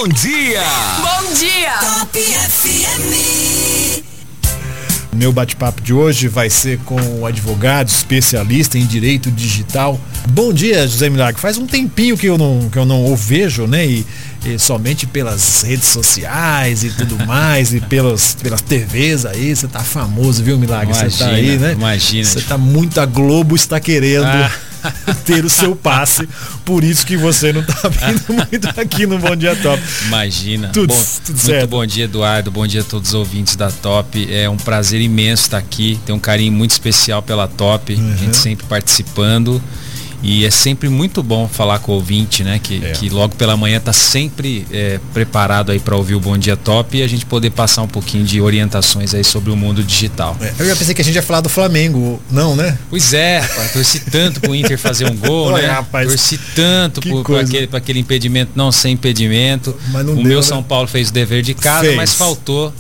dia! Bom dia! Top FM. Meu bate-papo de hoje vai ser com o advogado especialista em direito digital. Bom dia, José Milagre. Faz um tempinho que eu não o vejo, né? E somente pelas redes sociais e tudo mais, e pelas TVs aí, você tá famoso, viu, Milagre? Você tá aí, né? Imagina. Você tá muito, a Globo está querendo ter o seu passe, por isso que você não tá vindo muito aqui no Bom Dia Top. Imagina. Tudo certo. Muito bom dia, Eduardo. Bom dia a todos os ouvintes da Top. É um prazer imenso estar aqui. Tem um carinho muito especial pela Top. A gente sempre participando. E é sempre muito bom falar com o ouvinte, né? Que logo pela manhã tá sempre preparado aí para ouvir o Bom Dia Top e a gente poder passar um pouquinho de orientações aí sobre o mundo digital. Eu já pensei que a gente ia falar do Flamengo, não, né? Pois é, rapaz, torci tanto pro Inter fazer um gol, né? Rapaz, torci tanto para aquele impedimento não ser impedimento. Mas não o deu, meu né? São Paulo fez o dever de casa, mas faltou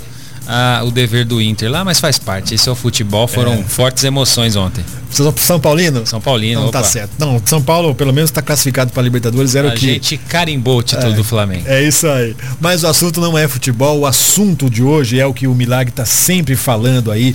o dever do Inter lá, mas faz parte. Esse é o futebol, foram fortes emoções ontem. São Paulino? São Paulino, não, tá certo. Não, São Paulo pelo menos está classificado para Libertadores, era o que... A gente carimbou o título do Flamengo. É isso aí. Mas o assunto não é futebol, o assunto de hoje é o que o Milagre está sempre falando aí,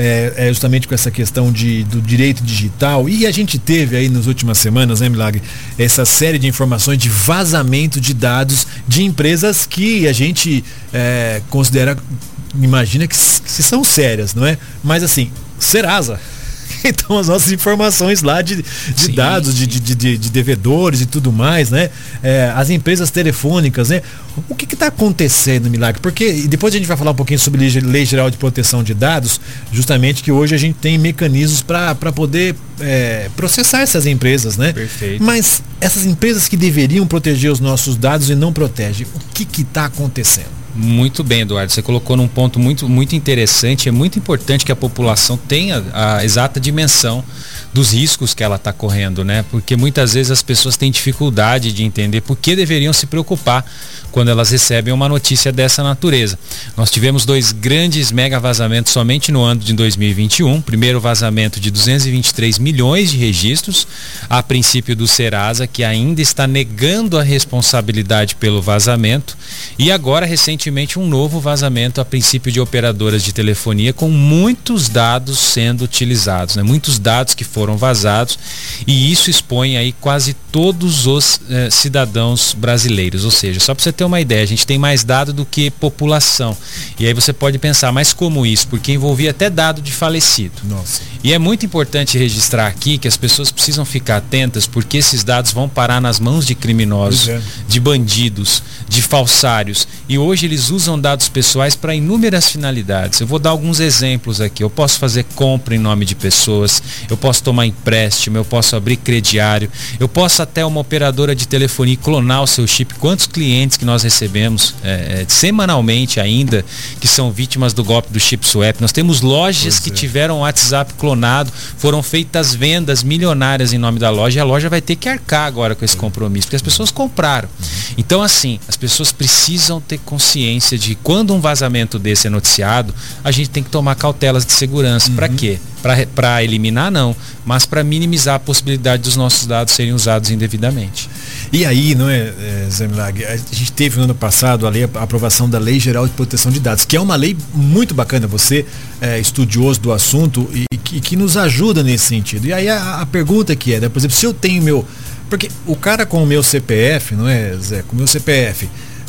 é justamente com essa questão do direito digital. E a gente teve aí nas últimas semanas, né, Milagre, essa série de informações de vazamento de dados de empresas que a gente considera, imagina que são sérias, não é? Mas assim, Serasa. Então as nossas informações lá de dados, de devedores e tudo mais, né? As empresas telefônicas, né? O que está acontecendo, Milagre? Porque depois a gente vai falar um pouquinho sobre Lei Geral de Proteção de Dados, justamente que hoje a gente tem mecanismos para poder processar essas empresas, né? Perfeito. Mas essas empresas que deveriam proteger os nossos dados e não protegem, o que está acontecendo? Muito bem, Eduardo, você colocou num ponto muito, muito interessante. É muito importante que a população tenha a exata dimensão dos riscos que ela está correndo, né? Porque muitas vezes as pessoas têm dificuldade de entender por que deveriam se preocupar quando elas recebem uma notícia dessa natureza. Nós tivemos 2 grandes mega vazamentos somente no ano de 2021. Primeiro vazamento de 223 milhões de registros, a princípio do Serasa, que ainda está negando a responsabilidade pelo vazamento, e agora recentemente um novo vazamento a princípio de operadoras de telefonia com muitos dados sendo utilizados, né? Muitos dados que foram vazados, e isso expõe aí quase todos os cidadãos brasileiros. Ou seja, só para você ter uma ideia, a gente tem mais dado do que população. E aí você pode pensar, mas como isso? Porque envolvia até dado de falecido. Nossa. E é muito importante registrar aqui que as pessoas precisam ficar atentas, porque esses dados vão parar nas mãos de criminosos, de bandidos, de falsários. E hoje eles usam dados pessoais para inúmeras finalidades. Eu vou dar alguns exemplos aqui. Eu posso fazer compra em nome de pessoas, eu posso tomar empréstimo, eu posso abrir crediário, eu posso até uma operadora de telefonia clonar o seu chip. Quantos clientes que nós recebemos semanalmente ainda que são vítimas do golpe do chip swap? Nós temos lojas que tiveram o WhatsApp clonado, foram feitas vendas milionárias em nome da loja, e a loja vai ter que arcar agora com esse compromisso, porque as pessoas compraram. Então assim, as pessoas precisam ter consciência de que quando um vazamento desse é noticiado, a gente tem que tomar cautelas de segurança. Para quê? Para eliminar não, mas para minimizar a possibilidade dos nossos dados serem usados indevidamente. E aí, não é, Zé Milagre, a gente teve no ano passado a aprovação da Lei Geral de Proteção de Dados, que é uma lei muito bacana, você é estudioso do assunto e que nos ajuda nesse sentido. E aí a pergunta que né, por exemplo, se eu tenho porque o cara com o meu CPF, não é, Zé, com o meu CPF,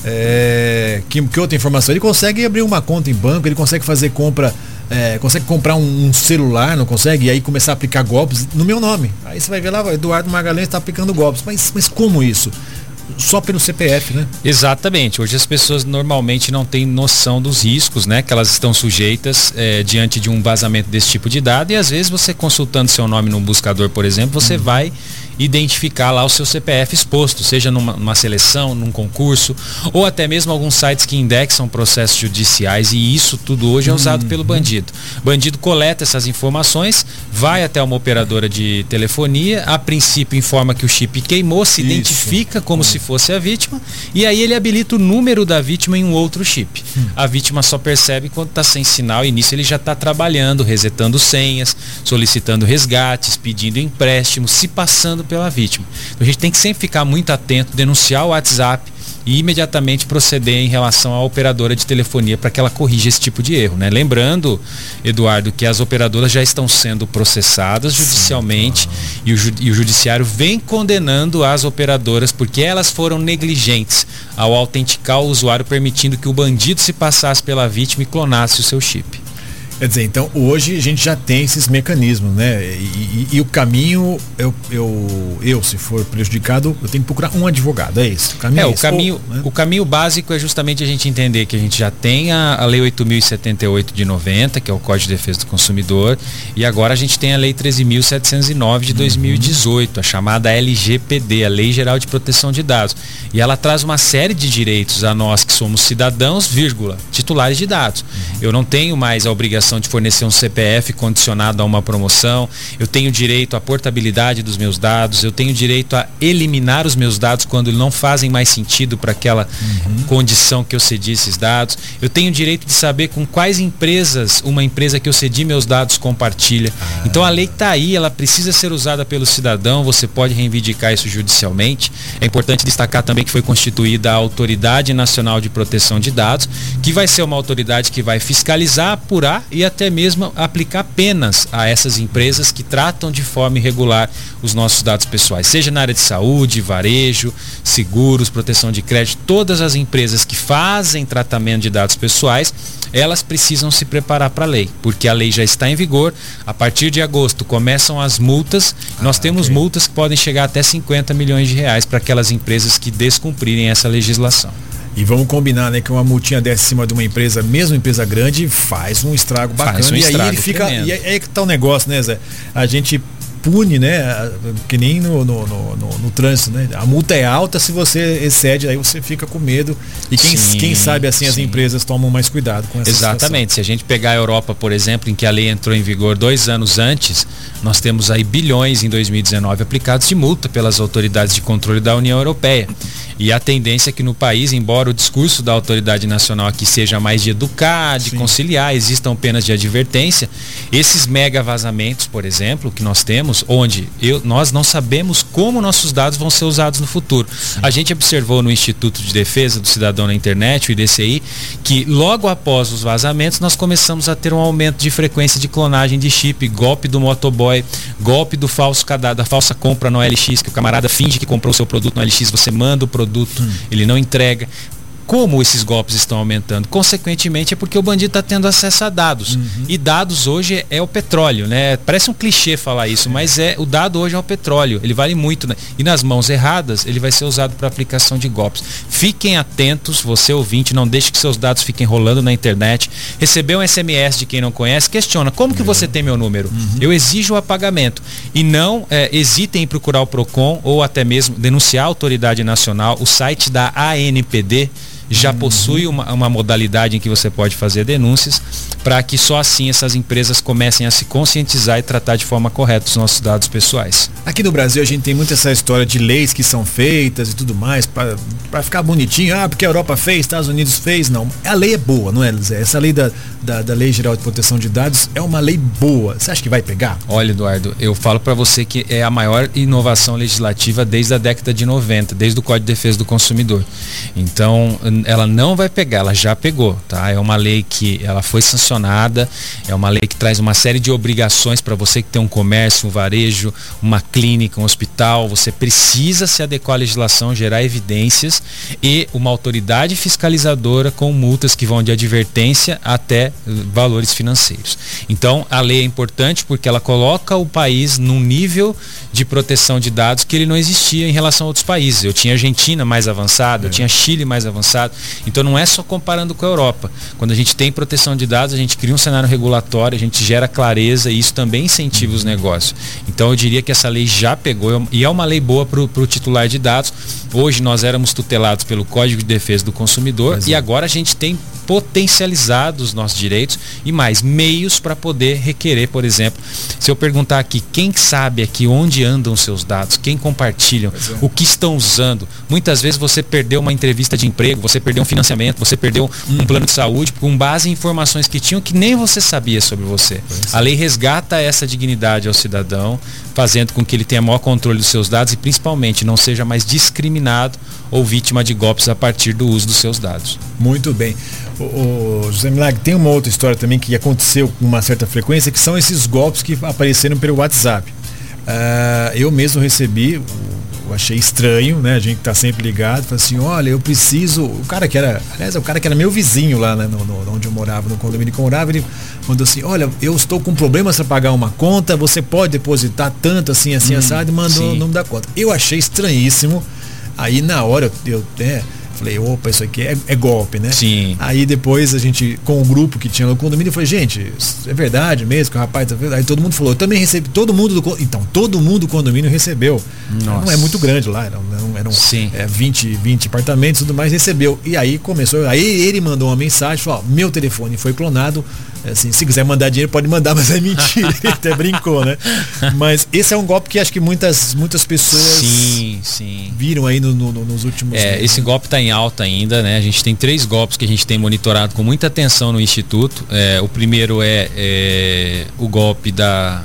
que outra informação, ele consegue abrir uma conta em banco, ele consegue fazer compra, consegue comprar um celular, não consegue? E aí começar a aplicar golpes no meu nome. Aí você vai ver lá, Eduardo Magalhães está aplicando golpes. Mas como isso? Só pelo CPF, né? Exatamente. Hoje as pessoas normalmente não têm noção dos riscos, né, que elas estão sujeitas diante de um vazamento desse tipo de dado, e às vezes você consultando seu nome num buscador, por exemplo, você vai identificar lá o seu CPF exposto, seja numa seleção, num concurso, ou até mesmo alguns sites que indexam processos judiciais, e isso tudo hoje é usado pelo bandido. O bandido coleta essas informações, vai até uma operadora de telefonia, a princípio informa que o chip queimou, se identifica como se fosse a vítima, e aí ele habilita o número da vítima em um outro chip. A vítima só percebe quando está sem sinal, e nisso ele já está trabalhando, resetando senhas, solicitando resgates, pedindo empréstimos, se passando pela vítima. Então a gente tem que sempre ficar muito atento, denunciar o WhatsApp e imediatamente proceder em relação à operadora de telefonia para que ela corrija esse tipo de erro, né? Lembrando, Eduardo, que as operadoras já estão sendo processadas judicialmente e o judiciário vem condenando as operadoras porque elas foram negligentes ao autenticar o usuário, permitindo que o bandido se passasse pela vítima e clonasse o seu chip. Quer dizer, então hoje a gente já tem esses mecanismos, né? E o caminho, se for prejudicado, eu tenho que procurar um advogado, é isso? O caminho básico é justamente a gente entender que a gente já tem a Lei 8.078 de 90, que é o Código de Defesa do Consumidor, e agora a gente tem a Lei 13.709 de 2018, a chamada LGPD, a Lei Geral de Proteção de Dados. E ela traz uma série de direitos a nós que somos cidadãos, titulares de dados. Eu não tenho mais a obrigação de fornecer um CPF condicionado a uma promoção, eu tenho direito à portabilidade dos meus dados, eu tenho direito a eliminar os meus dados quando não fazem mais sentido para aquela condição que eu cedi esses dados, eu tenho direito de saber com quais empresas uma empresa que eu cedi meus dados compartilha. Então a lei está aí, ela precisa ser usada pelo cidadão, você pode reivindicar isso judicialmente. É importante destacar também que foi constituída a Autoridade Nacional de Proteção de Dados, que vai ser uma autoridade que vai fiscalizar, apurar e até mesmo aplicar penas a essas empresas que tratam de forma irregular os nossos dados pessoais, seja na área de saúde, varejo, seguros, proteção de crédito. Todas as empresas que fazem tratamento de dados pessoais, elas precisam se preparar para a lei, porque a lei já está em vigor. A partir de agosto começam as multas. Nós temos multas que podem chegar até 50 milhões de reais para aquelas empresas que descumprirem essa legislação. E vamos combinar, né, que uma multinha dessa em cima de uma empresa, mesmo empresa grande, faz um estrago bacana. E aí ele fica. Tremendo. E aí que tá o negócio, né, Zé? A gente pune, né? Que nem no trânsito, né? A multa é alta, se você excede, aí você fica com medo. E quem sabe assim as empresas tomam mais cuidado com essa Exatamente. situação. Se a gente pegar a Europa, por exemplo, em que a lei entrou em vigor 2 anos antes, nós temos aí bilhões em 2019 aplicados de multa pelas autoridades de controle da União Europeia. E a tendência é que no país, embora o discurso da autoridade nacional aqui seja mais de educar, de conciliar, existam penas de advertência, esses mega vazamentos, por exemplo, que nós temos, onde nós não sabemos como nossos dados vão ser usados no futuro. A gente observou no Instituto de Defesa do Cidadão na Internet, o IDCI, que logo após os vazamentos nós começamos a ter um aumento de frequência de clonagem de chip, golpe do motoboy, golpe do falso cadastro, da falsa compra no OLX, que o camarada finge que comprou o seu produto no OLX, você manda o produto, ele não entrega. Como esses golpes estão aumentando? Consequentemente é porque o bandido está tendo acesso a dados. E dados hoje é o petróleo, né? Parece um clichê falar isso, mas o dado hoje é o petróleo. Ele vale muito, né? E nas mãos erradas ele vai ser usado para aplicação de golpes. Fiquem atentos, você ouvinte, não deixe que seus dados fiquem rolando na internet. Recebeu um SMS de quem não conhece, questiona, como que você tem meu número? Eu exijo o apagamento. E não hesitem em procurar o PROCON ou até mesmo denunciar a autoridade nacional. O site da ANPD já possui uma modalidade em que você pode fazer denúncias, para que só assim essas empresas comecem a se conscientizar e tratar de forma correta os nossos dados pessoais. Aqui no Brasil a gente tem muito essa história de leis que são feitas e tudo mais para ficar bonitinho, porque a Europa fez, Estados Unidos fez. Não, a lei é boa, não é, Zé? Essa lei da Lei Geral de Proteção de Dados é uma lei boa. Você acha que vai pegar? Olha, Eduardo, eu falo para você que é a maior inovação legislativa desde a década de 90, desde o Código de Defesa do Consumidor. Então, ela não vai pegar, ela já pegou, tá? É uma lei que ela foi sancionada, é uma lei que traz uma série de obrigações para você que tem um comércio, um varejo, uma clínica, um hospital. Você precisa se adequar à legislação, gerar evidências e uma autoridade fiscalizadora com multas que vão de advertência até valores financeiros. Então, a lei é importante porque ela coloca o país num nível de proteção de dados que ele não existia em relação a outros países. Eu tinha Argentina mais avançada, eu tinha Chile mais avançado. Então não é só comparando com a Europa. Quando a gente tem proteção de dados, a gente cria um cenário regulatório, a gente gera clareza e isso também incentiva os negócios. Então eu diria que essa lei já pegou e é uma lei boa para o titular de dados. Hoje nós éramos tutelados pelo Código de Defesa do Consumidor e agora a gente tem potencializado os nossos direitos e mais meios para poder requerer, por exemplo, se eu perguntar aqui, quem sabe aqui onde andam seus dados, quem compartilham, o que estão usando. Muitas vezes você perdeu uma entrevista de emprego, você perdeu um financiamento, você perdeu um plano de saúde com base em informações que tinham que nem você sabia sobre você. A lei resgata essa dignidade ao cidadão, fazendo com que ele tenha maior controle dos seus dados e principalmente não seja mais discriminado ou vítima de golpes a partir do uso dos seus dados. Muito bem. O José Milagre, tem uma outra história também que aconteceu com uma certa frequência, que são esses golpes que apareceram pelo WhatsApp. Eu mesmo recebi, eu achei estranho, né? A gente tá sempre ligado, falou assim, olha, eu preciso. O cara que era meu vizinho lá, né, onde eu morava, no condomínio que eu morava, ele mandou assim, olha, eu estou com problemas para pagar uma conta, você pode depositar tanto assim, assado, e mandou o nome da conta. Eu achei estranhíssimo. Aí na hora eu falei, opa, isso aqui é golpe, né? Sim. Aí depois a gente, com o grupo que tinha no condomínio, eu falei, gente, é verdade mesmo que o rapaz tá vendo? Aí todo mundo falou, eu também recebi, todo mundo do condomínio recebeu. Nossa. Não é muito grande lá, eram 20 apartamentos e tudo mais, recebeu. E aí começou, aí ele mandou uma mensagem, falou, meu telefone foi clonado, assim, se quiser mandar dinheiro pode mandar, mas é mentira. Ele até brincou, né? Mas esse é um golpe que acho que muitas pessoas viram aí nos últimos meses. Esse golpe está em alta ainda, né? A gente tem 3 golpes que a gente tem monitorado com muita atenção no Instituto. O primeiro é o golpe da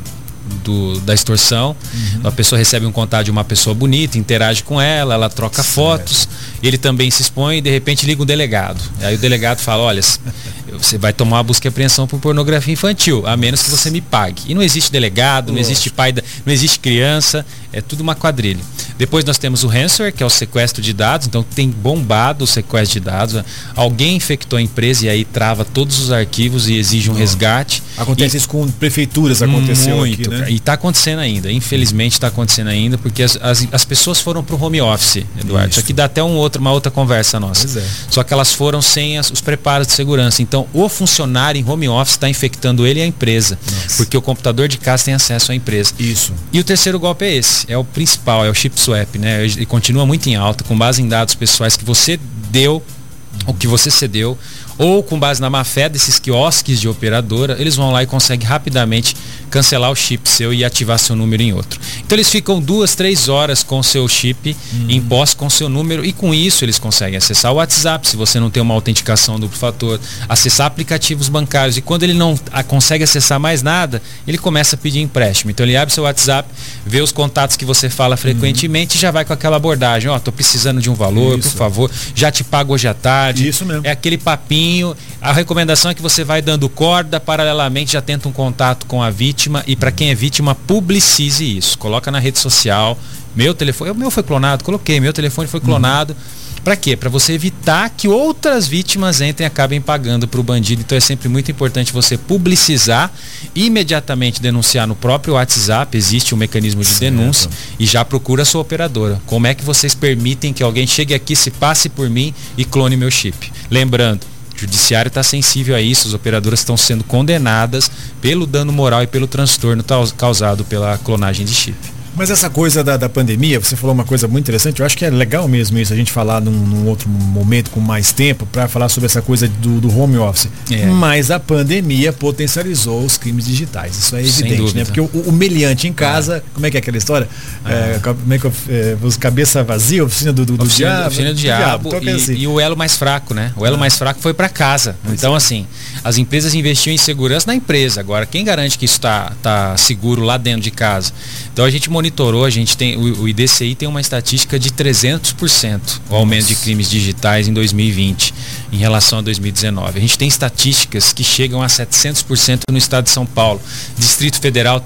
extorsão. A pessoa recebe um contato de uma pessoa bonita, interage com ela, ela troca fotos, ele também se expõe e de repente liga um delegado. Aí o delegado fala, olha, você vai tomar uma busca e apreensão por pornografia infantil, a menos que você me pague. E não existe delegado, não existe pai, não existe criança, é tudo uma quadrilha. Depois nós temos o ransomware, que é o sequestro de dados, então tem bombado o sequestro de dados. Alguém infectou a empresa e aí trava todos os arquivos e exige um resgate. Acontece isso com prefeituras, aconteceu muito, aqui, né? E está acontecendo ainda, infelizmente está acontecendo ainda, porque as pessoas foram para o home office, Eduardo. Isso aqui dá até uma outra conversa nossa. Só que elas foram sem os preparos de segurança. Então o funcionário em home office está infectando ele e a empresa, porque o computador de casa tem acesso à empresa. Isso. E o terceiro golpe é esse, é o principal, é o chip swap, né? Ele continua muito em alta, com base em dados pessoais que você deu, ou que você cedeu, ou com base na má fé desses quiosques de operadora, eles vão lá e conseguem rapidamente cancelar o chip seu e ativar seu número em outro. Então eles ficam 2-3 horas com o seu chip em posse com o seu número, e com isso eles conseguem acessar o WhatsApp, se você não tem uma autenticação duplo fator, acessar aplicativos bancários, e quando ele não consegue acessar mais nada, ele começa a pedir empréstimo. Então ele abre seu WhatsApp, vê os contatos que você fala frequentemente e já vai com aquela abordagem, tô precisando de um valor, por favor, já te pago hoje à tarde. Isso mesmo. É aquele papinho. A recomendação é que você vai dando corda, paralelamente já tenta um contato com a vítima, e para quem é vítima, publicize isso. Coloca na rede social, meu telefone, o meu foi clonado, coloquei, meu telefone foi clonado. Para quê? Para você evitar que outras vítimas entrem e acabem pagando para o bandido. Então é sempre muito importante você publicizar, imediatamente denunciar no próprio WhatsApp, existe um mecanismo de denúncia, e já procura a sua operadora. Como é que vocês permitem que alguém chegue aqui, se passe por mim e clone meu chip? Lembrando, o judiciário está sensível a isso, as operadoras estão sendo condenadas pelo dano moral e pelo transtorno causado pela clonagem de chip. Mas essa coisa da pandemia, você falou uma coisa muito interessante, eu acho que é legal mesmo isso, a gente falar num outro momento com mais tempo, para falar sobre essa coisa do home office. Mas a pandemia potencializou os crimes digitais, isso é evidente, né? Porque o meliante em casa, como é que é aquela história? Como é que cabeça vazia, oficina do diabo? Oficina do diabo, e o elo mais fraco, né? O elo mais fraco foi para casa. Então, assim, as empresas investiam em segurança na empresa. Agora, quem garante que isso tá seguro lá dentro de casa? Então a gente monitorou, a gente tem, o IDCI tem uma estatística de 300% o aumento de crimes digitais em 2020 em relação a 2019. A gente tem estatísticas que chegam a 700% no estado de São Paulo, Distrito Federal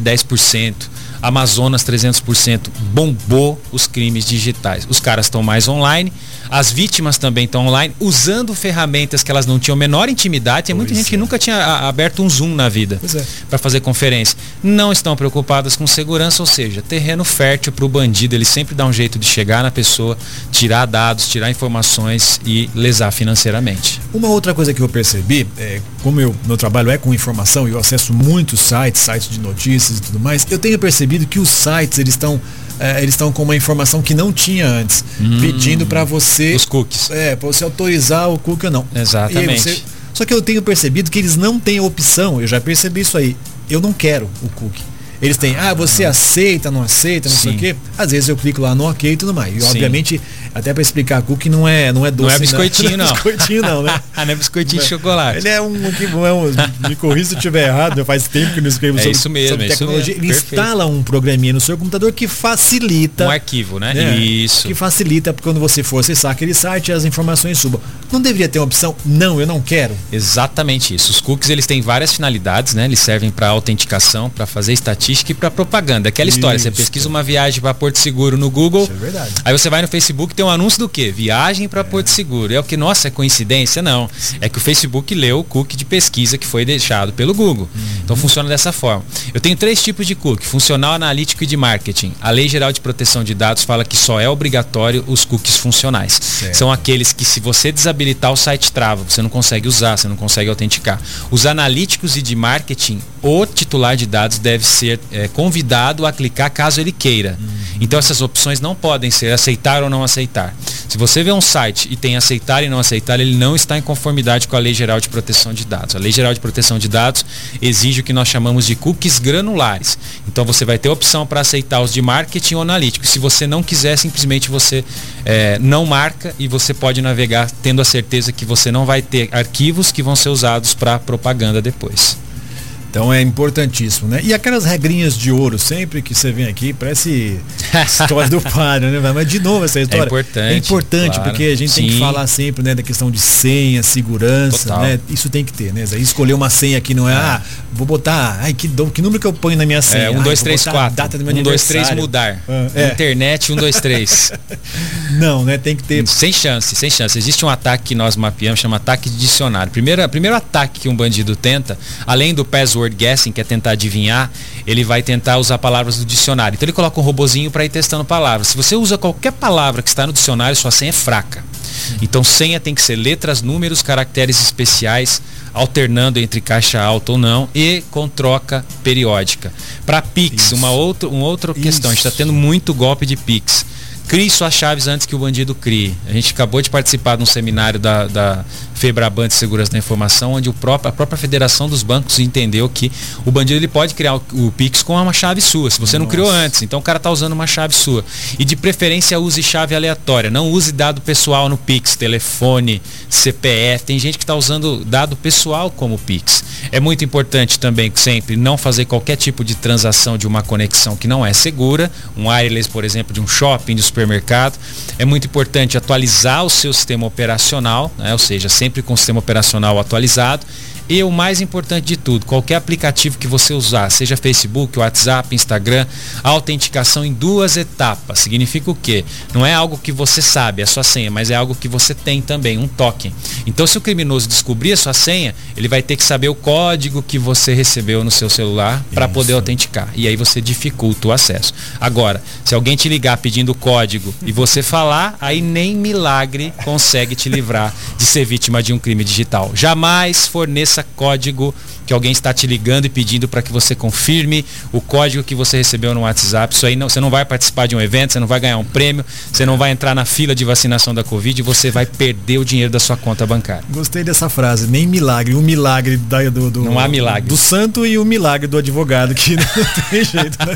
310%, Amazonas 300%, bombou os crimes digitais. Os caras estão mais online, as vítimas também estão online, usando ferramentas que elas não tinham menor intimidade. Tem muita gente que nunca tinha aberto um Zoom na vida para fazer conferência. Não estão preocupadas com segurança, ou seja, terreno fértil para o bandido. Ele sempre dá um jeito de chegar na pessoa, tirar dados, tirar informações e lesar financeiramente. Uma outra coisa que eu percebi, como meu trabalho é com informação e eu acesso muitos sites de notícias e tudo mais, eu tenho percebido que os sites eles estão com uma informação que não tinha antes, pedindo para você os cookies, para você autorizar o cookie ou não. Exatamente. Só que eu tenho percebido que eles não têm opção. Eu já percebi isso aí. Eu não quero o cookie. Eles têm, você aceita, não sei o quê. Às vezes eu clico lá no ok e tudo mais. E obviamente Até para explicar, cookie não é doce. Não é biscoitinho, não. Não é biscoitinho, não, né? Não é biscoitinho de chocolate. Ele me corrija se eu estiver errado, faz tempo que eu não escrevo sobre tecnologia. Ele instala um programinha no seu computador que facilita. Um arquivo, né? Isso. Que facilita quando você for acessar aquele site, as informações subam. Não deveria ter uma opção? Não, eu não quero. Exatamente isso. Os cookies, eles têm várias finalidades, né? Eles servem para autenticação, para fazer estatística e para propaganda. Aquela história, você pesquisa uma viagem para Porto Seguro no Google. Isso é verdade. Aí você vai no Facebook, tem um anúncio do quê? Viagem para Porto Seguro. É o que, nossa, é coincidência? Não. É que o Facebook leu o cookie de pesquisa que foi deixado pelo Google. Então funciona dessa forma. Eu tenho 3 tipos de cookie: funcional, analítico e de marketing. A Lei Geral de Proteção de Dados fala que só é obrigatório os cookies funcionais. Certo. São aqueles que, se você desabilitar, o site trava, você não consegue usar, você não consegue autenticar. Os analíticos e de marketing, o titular de dados deve ser convidado a clicar caso ele queira. Então essas opções não podem ser aceitar ou não aceitar. Se você vê um site e tem aceitar e não aceitar, ele não está em conformidade com a Lei Geral de Proteção de Dados. A Lei Geral de Proteção de Dados exige o que nós chamamos de cookies granulares. Então você vai ter a opção para aceitar os de marketing ou analítico. Se você não quiser, simplesmente você não marca e você pode navegar tendo a certeza que você não vai ter arquivos que vão ser usados para propaganda depois. Então é importantíssimo, né? E aquelas regrinhas de ouro, sempre que você vem aqui, parece história do padre, né? Mas de novo essa história. É importante, claro. Porque a gente tem que falar sempre, né, da questão de senha, segurança, total, né? Isso tem que ter, né? Escolher uma senha que não é, vou botar, que número que eu ponho na minha senha? 1, 2, 3, 4. Data do meu 1, 2, 3 mudar. Internet 1, 2, 3. Não, né? Tem que ter. Sem chance. Existe um ataque que nós mapeamos, chama ataque de dicionário. Primeiro ataque que um bandido tenta, além do password guessing, que é tentar adivinhar, ele vai tentar usar palavras do dicionário. Então ele coloca um robozinho para ir testando palavras. Se você usa qualquer palavra que está no dicionário, sua senha é fraca. Então senha tem que ser letras, números, caracteres especiais, alternando entre caixa alta ou não e com troca periódica. Para Pix, uma outra questão, a gente está tendo muito golpe de Pix. Crie suas chaves antes que o bandido crie. A gente acabou de participar de um seminário da FEBRABAN de Segurança da Informação, onde a própria Federação dos Bancos entendeu que o bandido ele pode criar o Pix com uma chave sua, se você não criou antes. Então o cara está usando uma chave sua. E de preferência use chave aleatória. Não use dado pessoal no Pix, telefone, CPF. Tem gente que está usando dado pessoal como Pix. É muito importante também sempre não fazer qualquer tipo de transação de uma conexão que não é segura. Um wireless, por exemplo, de um shopping, de supermercado. É muito importante atualizar o seu sistema operacional, né? Ou seja, sempre com o sistema operacional atualizado. E o mais importante de tudo, qualquer aplicativo que você usar, seja Facebook, WhatsApp, Instagram, a autenticação em 2 etapas. Significa o quê? Não é algo que você sabe, a sua senha, mas é algo que você tem também, um token. Então, se o criminoso descobrir a sua senha, ele vai ter que saber o código que você recebeu no seu celular para poder autenticar. E aí você dificulta o acesso. Agora, se alguém te ligar pedindo o código e você falar, aí nem milagre consegue te livrar de ser vítima de um crime digital. Jamais forneça código que alguém está te ligando e pedindo para que você confirme o código que você recebeu no WhatsApp. Isso aí você não vai participar de um evento, você não vai ganhar um prêmio, você não vai entrar na fila de vacinação da Covid e você vai perder o dinheiro da sua conta bancária. Gostei dessa frase, nem milagre, o milagre não há milagre. Do santo e o milagre do advogado, que não tem jeito, né?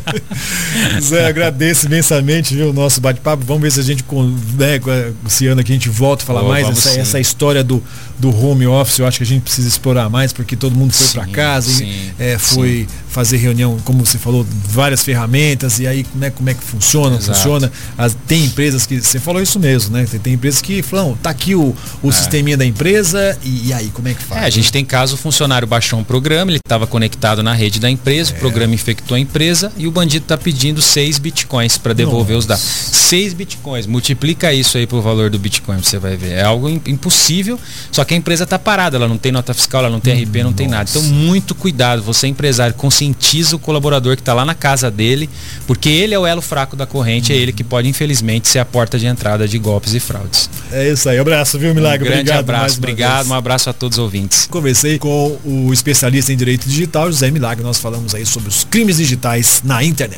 Zé, agradeço imensamente, viu, o nosso bate-papo. Vamos ver se a gente, né, com esse ano aqui a gente volta a falar mais essa história do home office. Eu acho que a gente precisa explorar mais, porque todo mundo foi para casa, foi fazer reunião, como você falou, várias ferramentas, e aí, né, como é que funciona, funciona. Tem empresas que, você falou isso mesmo, né? Tem empresas que falam, tá aqui o sisteminha da empresa, e aí, como é que faz? A gente tem caso, o funcionário baixou um programa, ele estava conectado na rede da empresa, o programa infectou a empresa e o bandido está pedindo 6 bitcoins para devolver os dados. 6 bitcoins, multiplica isso aí pro valor do bitcoin, você vai ver. É algo impossível, só que a empresa está parada, ela não tem nota fiscal, ela não tem RP, não tem nada. Então, muito cuidado, você empresário, conscientiza o colaborador que está lá na casa dele, porque ele é o elo fraco da corrente, é ele que pode, infelizmente, ser a porta de entrada de golpes e fraudes. É isso aí, abraço, viu, Milagre? Um grande abraço, obrigado, um abraço a todos os ouvintes. Conversei com o especialista em direito digital, José Milagre, nós falamos aí sobre os crimes digitais na internet.